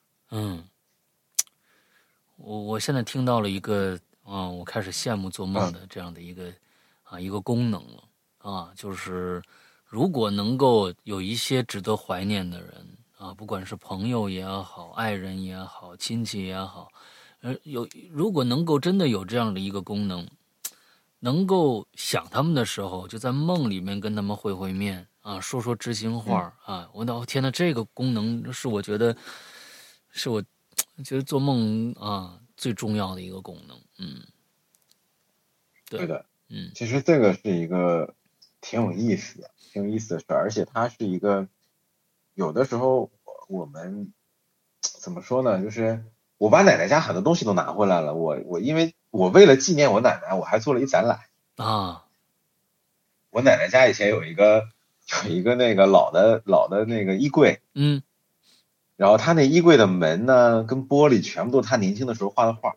我现在听到了一个我开始羡慕做梦的这样的一个功能了就是如果能够有一些值得怀念的人不管是朋友也好，爱人也好，亲戚也好，如果能够真的有这样的一个功能。能够想他们的时候，就在梦里面跟他们会面说说知心话我天哪，这个功能是我觉得做梦最重要的一个功能。 对的，其实这个是一个挺有意思的事儿，而且它是一个有的时候我们怎么说呢？就是我把奶奶家很多东西都拿回来了，因为我为了纪念我奶奶，我还做了一展览我奶奶家以前有一个那个老的那个衣柜，然后她那衣柜的门呢跟玻璃全部都是她年轻的时候画的画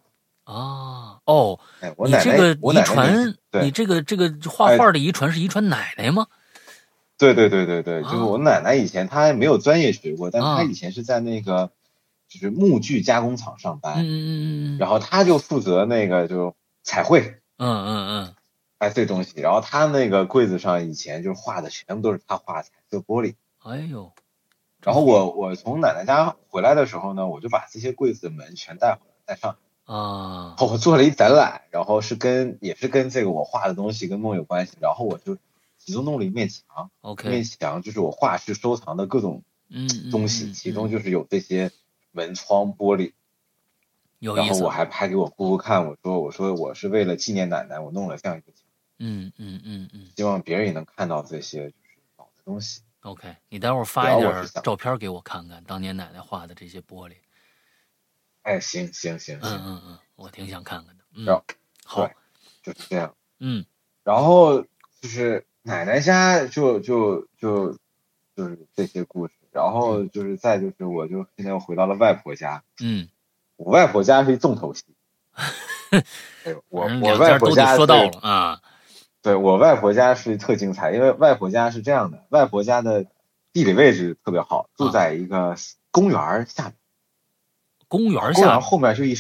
我奶奶， 你这个遗传， 对， 你这个画画的遗传是遗传奶奶吗？ 对，就是我奶奶以前她没有专业学过，但她以前是在那个就是木具加工厂上班，然后她就负责那个就彩绘，这东西，然后她那个柜子上以前就画的全部都是她画的彩色玻璃， 哎呦， 然后我从奶奶家回来的时候呢，我就把这些柜子的门全带回来带上我做了一展览，然后也是跟这个我画的东西跟梦有关系，然后我就其中弄了一面墙面墙就是我画室收藏的各种东西，其中就是有这些门窗玻璃，然后我还拍给我姑姑看，我说我是为了纪念奶奶，我弄了这样一个墙，希望别人也能看到这些就是好的东西。 OK， 你待会儿发一点照片给我看看，当年奶奶画的这些玻璃。 行， 我挺想看看的。 好，就是这样。 然后就是奶奶家就是这些故事，然后就是再就是我就现在又回到了外婆家。我外婆家是一重头戏。我外婆家说到了对，我外婆家是特精彩，因为外婆家是这样的，外婆家的地理位置特别好，住在一个公园下面。 公园后面是一山，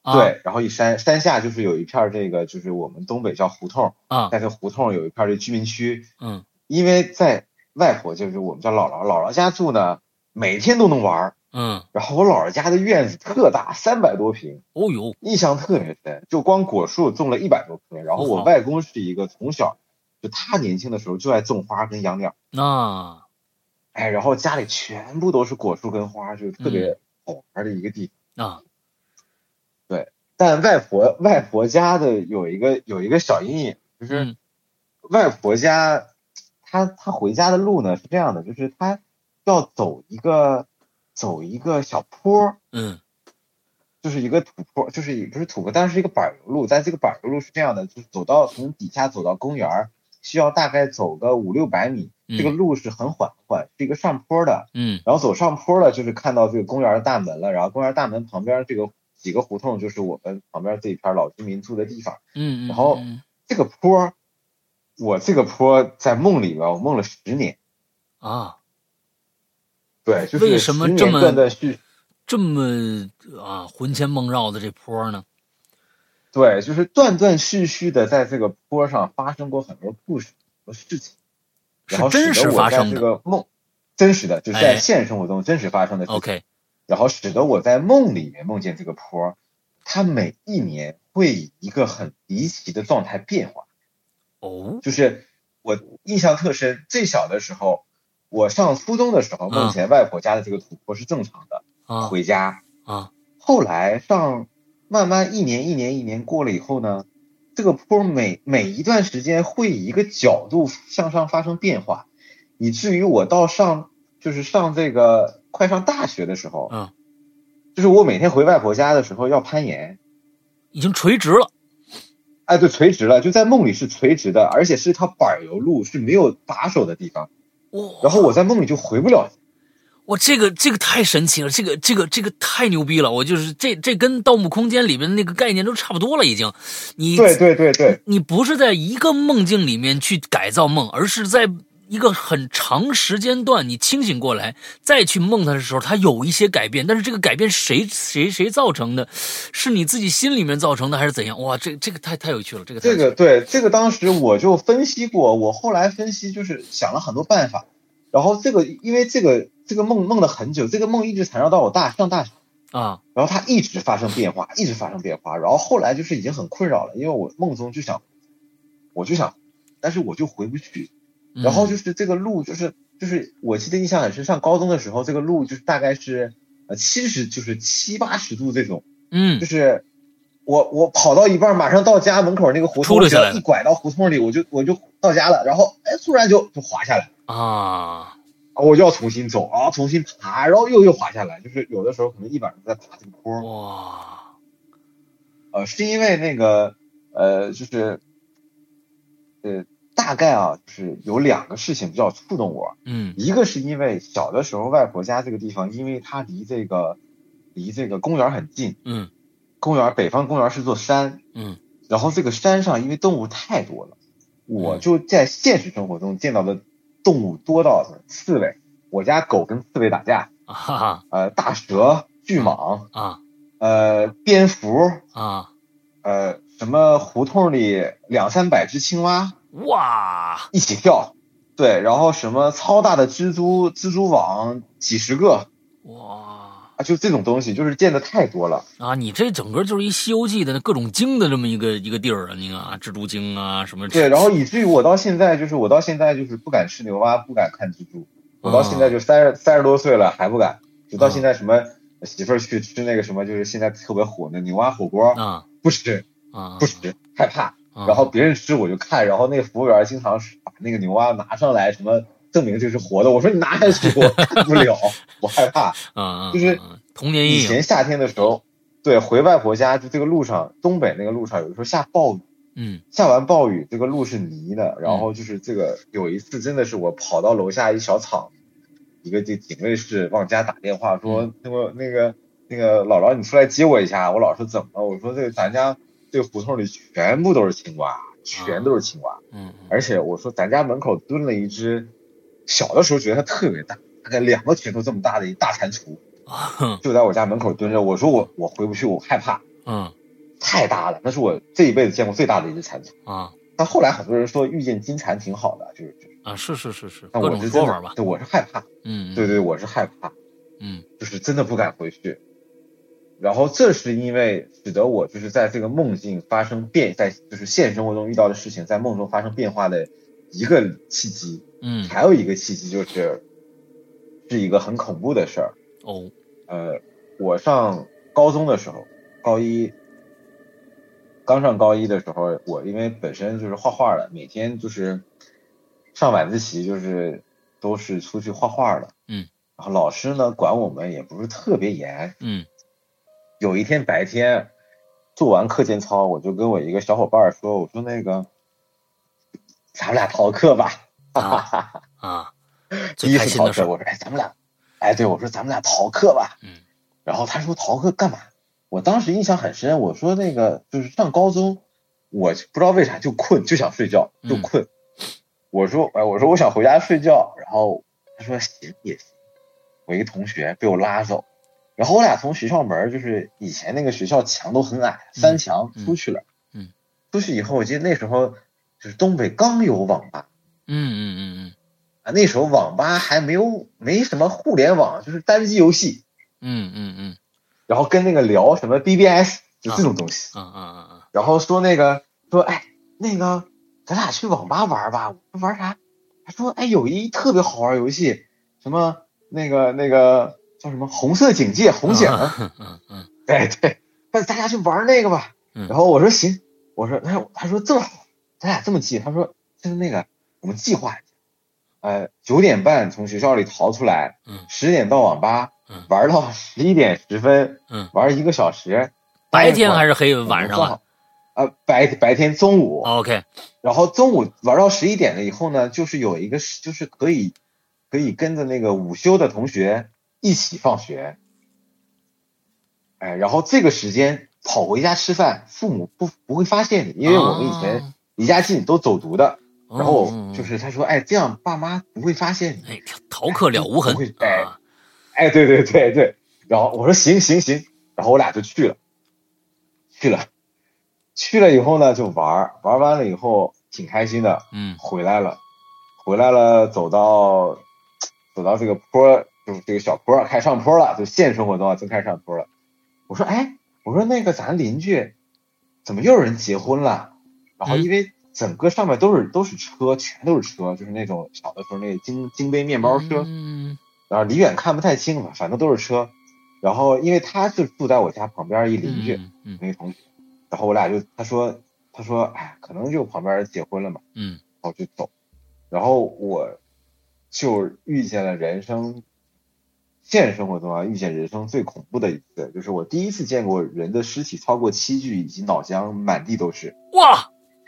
对，然后一山下就是有一片这个就是我们东北叫胡同啊， 在这胡同有一片这居民区。 嗯， 因为在外婆就是我们叫姥姥家住呢，每天都能玩。然后我姥姥家的院子特大，300多平。 哦呦， 印象特别深，就光果树种了100多棵。然后我外公是一个从小就他年轻的时候就爱种花跟养鸟。然后家里全部都是果树跟花，就特别好玩的一个地方。 对，但外婆家的有一个小阴影，就是外婆家她回家的路呢是这样的，就是她要走一个小坡，就是一个土坡，就是也不是土坡，但是一个柏油路。但这个柏油路是这样的，就是从底下走到公园需要大概走个500-600米。这个路是很缓，是一个上坡的。然后走上坡了，就是看到这个公园的大门了。然后公园大门旁边这个几个胡同，就是我们旁边这一片老居民住的地方。然后这个坡，我这个坡在梦里边，我梦了10年。对，就是为什么这么断断续魂牵梦绕的这坡呢？ 对，就是断断续续的在这个坡上发生过很多故事和事情，然后真实发生的。 这个梦真实的，就是在现实生活中真实发生的事情。 OK， 然后使得我在梦里面梦见这个坡，它每一年会以一个很离奇的状态变化。就是我印象特深，最小的时候，我上初中的时候，梦见外婆家的这个土坡是正常的，回家。后来慢慢一年过了以后呢，这个坡每一段时间会以一个角度向上发生变化，以至于我到上这个快上大学的时候，就是我每天回外婆家的时候要攀岩， 已经垂直了。 对，垂直了，就在梦里是垂直的，而且是一条柏油路，是没有把手的地方。然后我在梦里就回不了。 这个太神奇了，这个太牛逼了！我就是这跟《盗墓空间》里面那个概念都差不多了，已经。 对， 你不是在一个梦境里面去改造梦，而是在一个很长时间段你清醒过来再去梦它的时候，它有一些改变，但是这个改变谁造成的？是你自己心里面造成的还是怎样？哇，这个太有趣了，这个当时我就分析过，我后来分析就是想了很多办法，然后因为这个梦了很久，这个梦一直缠绕到我上大学然后它一直发生变化，然后后来就是已经很困扰了，因为我梦中我就想，但是我就回不去。然后就是这个路就是我记得印象很深，上高中的时候这个路就是大概是就是70-80度这种，就是我跑到一半马上到家门口那个胡同，一拐到胡同里我就到家了，然后突然就滑下来我就要重新走，然后重新爬，然后又滑下来，就是有的时候可能一晚上在爬这个坡。是因为那个就是大概就是有2个事情比较触动我。一个是因为小的时候外婆家这个地方，因为它离这个公园很近。北方公园是座山。然后这个山上因为动物太多了，我就在现实生活中见到的动物多到刺猬，我家狗跟刺猬打架。大蛇、巨蟒蝙蝠什么胡同里200-300只青蛙， 哇， 一起跳。对，然后什么超大的蜘蛛网几十个，就这种东西就是见的太多了你这整个就是一《西游记》的各种精的这么一个地儿你看蜘蛛精什么。 对，然后以至于我到现在就是不敢吃牛蛙，不敢看蜘蛛。我到现在就30多岁了还不敢，就到现在什么媳妇儿去吃那个什么就是现在特别火的牛蛙火锅不吃，害怕。然后别人吃我就看，然后那个服务员经常把那个牛蛙拿上来，什么证明这是活的，我说你拿下去我看不了，我害怕。就是童年阴影。 以前夏天的时候，对，回外婆家就这个路上，东北那个路上有的时候下暴雨，下完暴雨这个路是泥的，然后就是这个有一次真的是我跑到楼下一小厂，一个这警卫室往家打电话说那个姥姥你出来接我一下，我姥说怎么了？我说这个咱家这个胡同里全部都是青蛙，全都是青蛙。而且我说咱家门口蹲了一只，小的时候觉得它特别大，大概2个拳头这么大的一大蟾蜍，就在我家门口蹲着。我说我回不去，我害怕。 太大了，那是我这一辈子见过最大的一只蟾蜍啊。 但后来很多人说遇见金蟾挺好的，就是啊，是， 但我是说法吧， 对，我是害怕，对，我是害怕，就是真的不敢回去。然后这是因为使得我就是在这个梦境发生在就是现实生活中遇到的事情在梦中发生变化的一个契机。还有一个契机就是一个很恐怖的事儿。我上高中的时候，刚上高一的时候，我因为本身就是画画的，每天就是上晚自习就是都是出去画画的。然后老师呢管我们也不是特别严。有一天白天做完课间操，我就跟我一个小伙伴说，我说那个咱们俩逃课吧。第一次逃课，我说咱们俩，对，我说咱们俩逃课吧。然后他说逃课干嘛？我当时印象很深，我说那个就是上高中，我不知道为啥就困，就想睡觉，就困。我说我想回家睡觉，然后他说行也行。我一个同学被我拉走，然后我俩从学校门，就是以前那个学校墙都很矮，3墙出去了。出去以后，我记得那时候就是东北刚有网吧。那时候网吧还没什么互联网，就是单机游戏。然后跟那个聊什么 BBS 就这种东西。然后说那个那个咱俩去网吧玩吧。我说玩啥？他说有一特别好玩游戏，什么那个叫什么红色警戒红警。对，那咱俩去玩那个吧。然后我说行，我说他说这么好，咱俩这么近。他说就是那个我们计划一下，9点半从学校里逃出来，10点到网吧，玩到11点10分，玩1个小时。 白天还是晚上啊？白天中午。 OK。 然后中午玩到11点了以后呢，就是有一个就是可以跟着那个午休的同学一起放学。然后这个时间跑回家吃饭，父母不会发现你，因为我们以前离家近，都走读的。然后就是他说这样爸妈不会发现你。 逃课了无痕。 对。然后我说行，然后我俩就去了以后呢就玩完了以后挺开心的。回来了走到这个坡，就是这个小坡开始上坡了，就现实生活中真开始上坡了。我说那个咱邻居怎么又有人结婚了？然后因为整个上面都是车，全都是车，就是那种小的时候那个京杯面包车。然后离远看不太清嘛，反正都是车。然后因为他就住在我家旁边一邻居，那个同学。然后我俩就他说可能就旁边结婚了嘛。然后就走。然后我就遇见了现实生活中遇见人生最恐怖的一次，就是我第一次见过人的尸体超过7具，以及脑浆满地都是。 哇！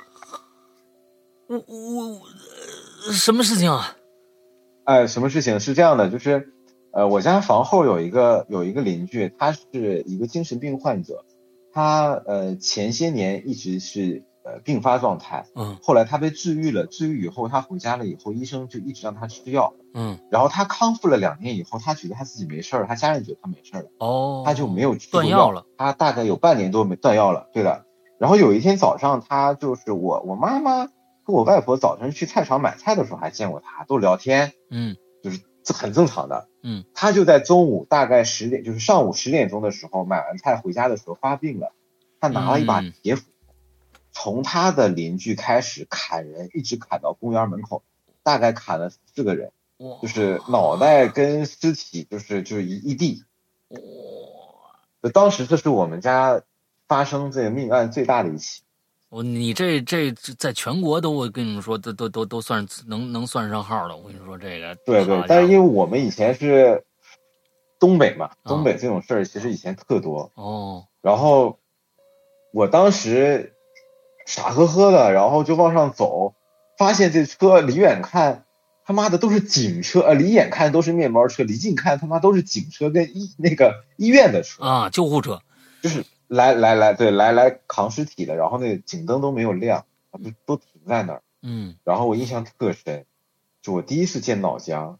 我什么事情啊？ 什么事情是这样的，就是我家房后有一个邻居，他是一个精神病患者。他前些年一直是并发状态。后来他被治愈了，治愈以后他回家了以后，医生就一直让他吃药。然后他康复了2年以后，他觉得他自己没事了，他家人觉得他没事了。他就没有吃过断药了。 他大概有半年多没断药了。对的。然后有一天早上，他就是我妈妈跟我外婆早晨去菜场买菜的时候还见过他，都聊天。就是这很正常的。他就在中午大概10点，就是上午10点钟的时候买完菜回家的时候发病了。他拿了一把铁斧，从他的邻居开始砍人，一直砍到公园门口，大概砍了4个人，就是脑袋跟尸体就是一地。当时这是我们家发生这个命案最大的一起。 你这在全国都，我跟你们说都算能算上号了。我跟你说这个。 对，但是因为我们以前是东北嘛，东北这种事儿其实以前特多。然后我当时傻呵呵的，然后就往上走，发现这车离远看他妈的都是警车，离远看都是面包车，离近看他妈都是警车跟那个医院的车救护车， 就是来扛尸体的。然后那个警灯都没有亮，都停在那儿。然后我印象特深，就我第一次见脑浆，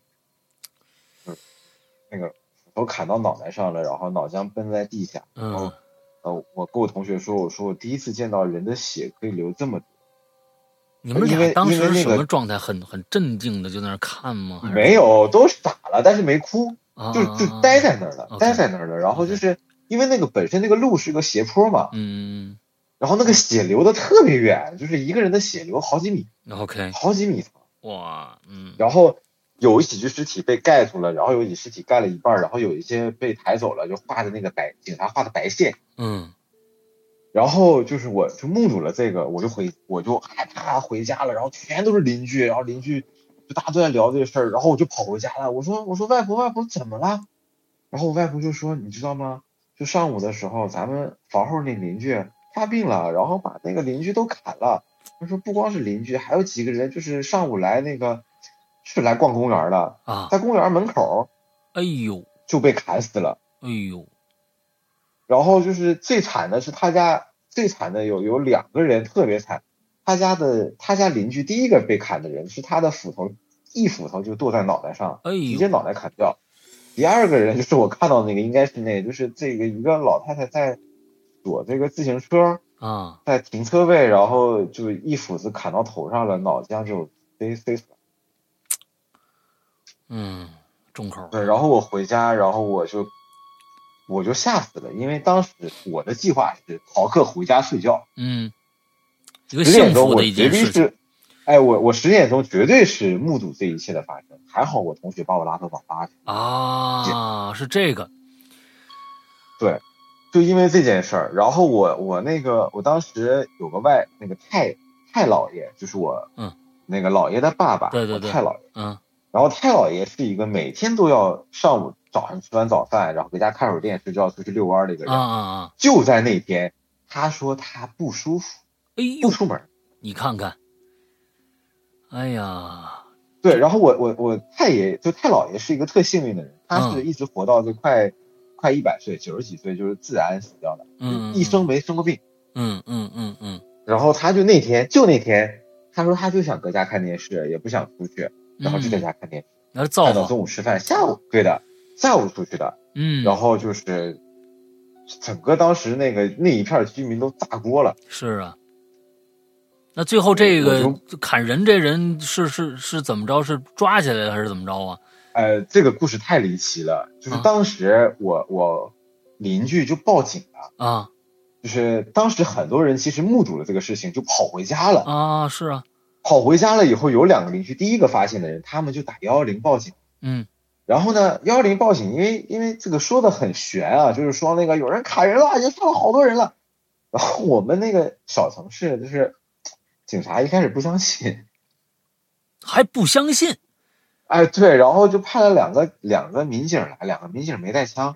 就是那个斧头砍到脑袋上了，然后脑浆奔在地下，然后我跟我同学说，我说我第一次见到人的血可以流这么多。 你们俩当时什么状态？很镇静的就在那看吗？ 没有，都傻了，但是没哭，就待在那儿了，待在那儿了。然后就是因为那个本身那个路是个斜坡嘛，然后那个血流的特别远，就是一个人的血流好几米好几米长。 哇， 然后有几具尸体被盖住了，然后有几尸体盖了一半，然后有一些被抬走了，就画的那个警察画的白线。然后就是我就目睹了这个，我就害怕回家了，然后全都是邻居，然后邻居就大家都在聊这个事儿，然后我就跑回家了。我说外婆怎么了？然后我外婆就说你知道吗？就上午的时候咱们房后那邻居发病了，然后把那个邻居都砍了。他说不光是邻居，还有几个人就是上午来那个是来逛公园的啊， 在公园门口， 哎呦就被砍死了。 哎呦。 然后就是最惨的是他家最惨的有2个人特别惨，他家邻居第一个被砍的人是他的一斧头就剁在脑袋上，直接脑袋砍掉。第二个人就是我看到那个应该是就是这个一个老太太在躲这个自行车啊， 在停车位，然后就一斧子砍到头上了，脑浆就飞死了。 重口。 对，然后我回家，然后我就吓死了，因为当时我的计划是逃课回家睡觉。 一个幸福的一件事情。 我10点钟绝对是目睹这一切的发生，还好我同学把我拉到网吧去。 啊，是这个。 对，就因为这件事儿，然后我当时有个那个太姥爷，就是我那个姥爷的爸爸， 对， 太姥爷，然后太姥爷是一个每天都要上午早上吃完早饭，然后回家看会儿电视就要出去遛弯的一个人。就在那天，他说他不舒服，不出门。 你看看，哎呀， 对，然后我太姥爷是一个特幸运的人，他是一直活到就快100岁，90几岁就是自然死掉的，一生没生过病。然后他就那天，他说他就想搁家看电视，也不想出去，然后就在家看电视，看到中午吃饭，下午出去的。然后就是整个当时那一片居民都炸锅了。 是啊。那最后这个砍人这人是怎么着？是抓起来了还是怎么着啊？ 这个故事太离奇了，就是当时我邻居就报警了啊， 就是当时很多人其实目睹了这个事情，就跑回家了啊。是啊， 跑回家了以后，有2个邻居，第一个发现的人，他们就打110报警。然后呢，110报警，因为这个说的很悬啊，就是说那个有人砍人了，已经杀了好多人了。然后我们那个小城市就是警察一开始不相信， 还不相信。 对，然后就派了两个民警来，2个民警没带枪。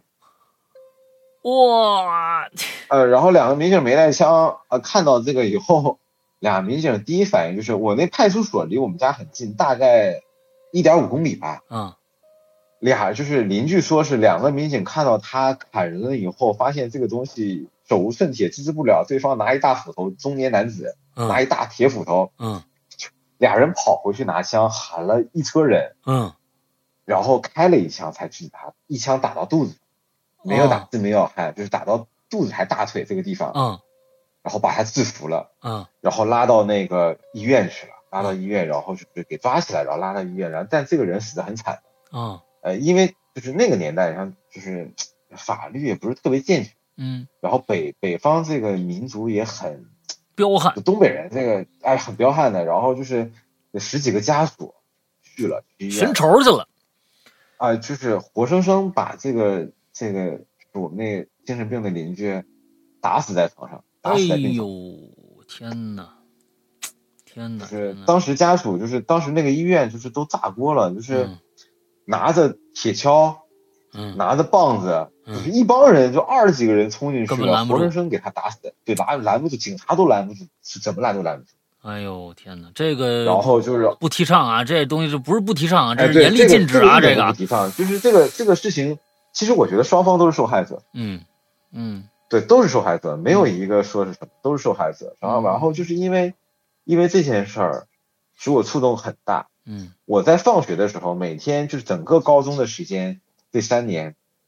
哇！ 然后2个民警没带枪，看到这个以后，2民警第一反应就是我那派出所离我们家很近，大概1.5公里吧。就是邻居说是2个民警看到他砍人了以后，发现这个东西手无寸铁，制止不了，对方拿一大斧头，中年男子拿一大铁斧头。俩人跑回去拿枪，喊了一车人。然后开了一枪才制止他，一枪打到肚子，没有打致命要害，就是打到肚子还大腿这个地方。然后把他制服了。然后拉到那个医院去了，拉到医院，然后就是给抓起来，然后拉到医院，然后但这个人死得很惨。因为就是那个年代上就是法律也不是特别健全。然后北方这个民族也很彪悍， 东北人这个很彪悍的，然后就是10几个家属去了医院寻仇去了。 就是活生生把这个我们那精神病的邻居打死在床上，打死在病床。 哎呦，天哪！ 就是当时家属就是当时那个医院就是都炸锅了，就是拿着铁锹，拿着棒子，就是一帮人就20几个人冲进去了，活生生给他打死。对，拦不住，警察都拦不住，是怎么拦都拦不住。 哎呦天哪，这个然后就是不提倡啊，这东西就不是不提倡啊，这是严厉禁止啊， 这个不提倡。就是这个事情，其实我觉得双方都是受害者。对，都是受害者，没有一个说是什么，都是受害者。然后就是因为这件事儿，使我触动很大。我在放学的时候，每天就是整个高中的时间，这3年，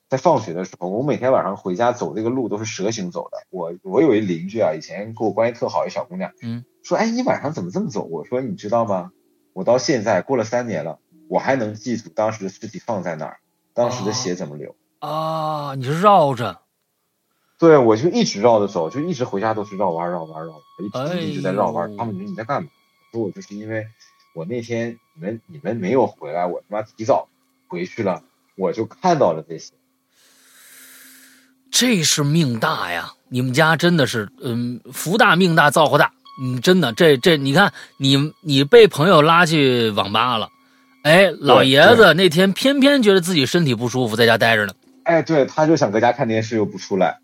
在放学的时候，我每天晚上回家走这个路都是蛇形走的。我有一邻居啊，以前跟我关系特好一小姑娘，说哎你晚上怎么这么走？我说你知道吗？我到现在过了3年了，我还能记住当时的尸体放在哪儿，当时的血怎么流啊！你是绕着？ 对，我就一直绕着走，就一直回家都是绕弯，一直在绕弯。他们说你在干嘛？我说我就是因为我那天你们没有回来，我他妈提早回去了，我就看到了这些。 这是命大呀！你们家真的是，福大命大造化大。真的，这你看，你被朋友拉去网吧了，哎，老爷子那天偏偏觉得自己身体不舒服，在家待着呢。 哎，对，他就想搁家看电视又不出来。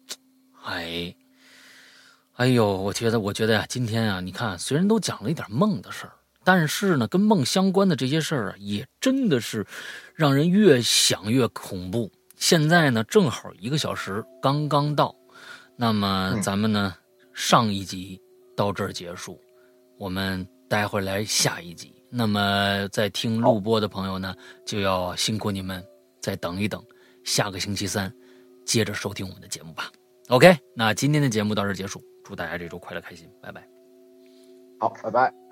哎呦，我觉得呀，今天啊，你看，虽然都讲了一点梦的事儿，但是呢，跟梦相关的这些事儿啊，也真的是让人越想越恐怖。现在呢，正好1个小时刚刚到，那么咱们呢，上一集到这儿结束，我们待会儿来下一集。那么在听录播的朋友呢，就要辛苦你们再等一等，下个星期3接着收听我们的节目吧。OK， 那今天的节目到这儿结束，祝大家这周快乐开心，拜拜。 好，拜拜。